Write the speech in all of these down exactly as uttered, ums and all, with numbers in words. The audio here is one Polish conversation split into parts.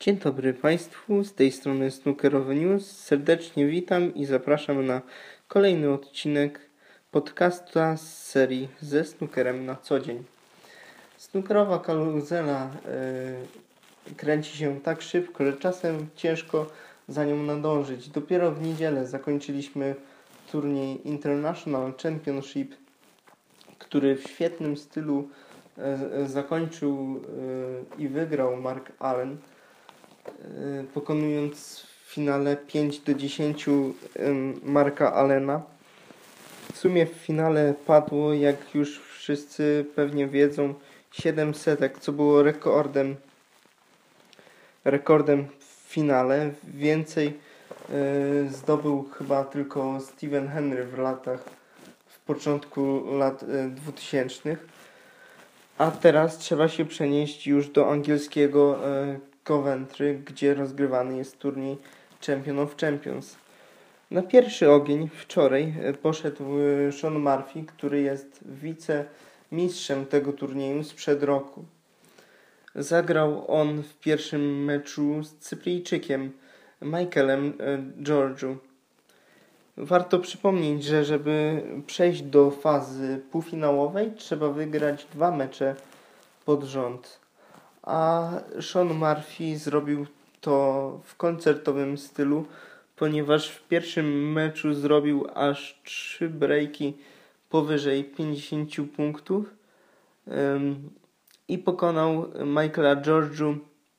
Dzień dobry Państwu, z tej strony Snookerowy News. Serdecznie witam i zapraszam na kolejny odcinek podcasta z serii ze snookerem na co dzień. Snookerowa karuzela yy, kręci się tak szybko, że czasem ciężko za nią nadążyć. Dopiero w niedzielę zakończyliśmy turniej International Championship, który w świetnym stylu yy, zakończył yy, i wygrał Mark Allen, pokonując w finale pięć do dziesięciu Marka Allena. W sumie w finale padło, jak już wszyscy pewnie wiedzą, siedem setek, co było rekordem rekordem w finale. Więcej y, zdobył chyba tylko Stephen Henry w latach, w początku lat y, dwutysięcznych. A teraz trzeba się przenieść już do angielskiego y, Coventry, gdzie rozgrywany jest turniej Champion of Champions. Na pierwszy ogień wczoraj poszedł Sean Murphy, który jest wicemistrzem tego turnieju sprzed roku. Zagrał on w pierwszym meczu z Cypryjczykiem Michaelem Georgiou. Warto przypomnieć, że żeby przejść do fazy półfinałowej, trzeba wygrać dwa mecze pod rząd. A Sean Murphy zrobił to w koncertowym stylu, ponieważ w pierwszym meczu zrobił aż trzy breaki powyżej pięćdziesiąt punktów ym, i pokonał Michaela Georgiou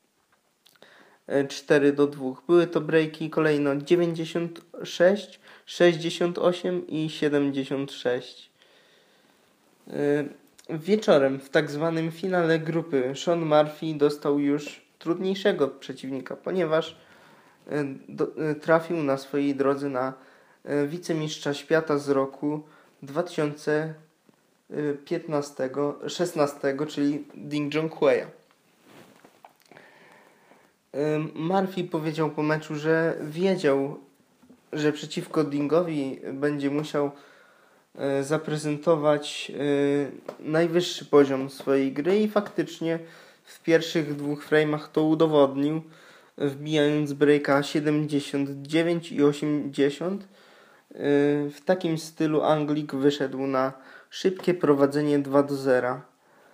cztery do dwóch. Były to breaki kolejno dziewięćdziesiąt sześć, sześćdziesiąt osiem i siedemdziesiąt sześć. Yy, Wieczorem w tak zwanym finale grupy Sean Murphy dostał już trudniejszego przeciwnika, ponieważ do, trafił na swojej drodze na wicemistrza świata z roku dwa tysiące piętnastego szesnastego, czyli Ding Junhui'a. Murphy powiedział po meczu, że wiedział, że przeciwko Dingowi będzie musiał zaprezentować najwyższy poziom swojej gry i faktycznie w pierwszych dwóch frame'ach to udowodnił, wbijając breaka siedemdziesiąt dziewięć i osiemdziesiąt. W takim stylu Anglik wyszedł na szybkie prowadzenie dwa do zera.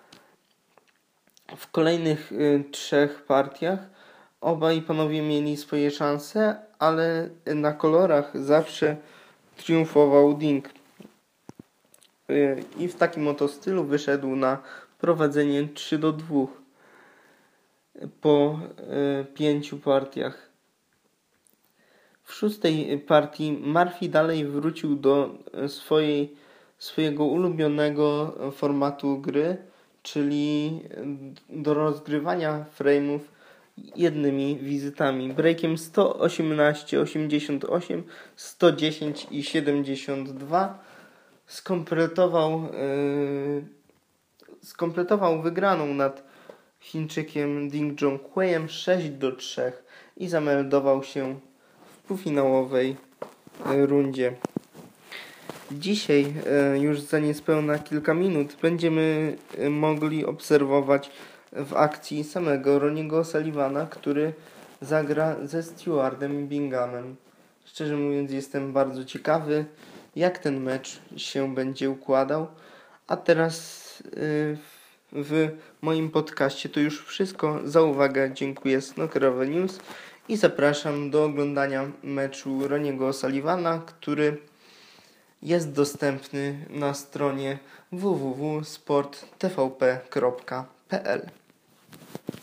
W kolejnych trzech partiach obaj panowie mieli swoje szanse, ale na kolorach zawsze triumfował Ding. I w takim oto stylu wyszedł na prowadzenie trzy do dwóch po y, pięciu partiach. W szóstej partii Murphy dalej wrócił do swojej, swojego ulubionego formatu gry, czyli do rozgrywania frame'ów jednymi wizytami. Breakiem sto osiemnaście, osiemdziesiąt osiem, sto dziesięć i siedemdziesiąt dwa skompletował, yy, skompletował wygraną nad Chińczykiem Ding Junhui'em sześć do trzech i zameldował się w półfinałowej yy, rundzie. Dzisiaj, yy, już za niespełna kilka minut, będziemy yy, mogli obserwować w akcji samego Ronniego O'Sullivana, który zagra ze Stewardem Binghamem. Szczerze mówiąc, jestem bardzo ciekawy, jak ten mecz się będzie układał. A teraz yy, w moim podcaście to już wszystko. Za uwagę dziękuję Snookerowy News i zapraszam do oglądania meczu Ronniego O'Sullivana, który jest dostępny na stronie w w w kropka sport t v p kropka p l.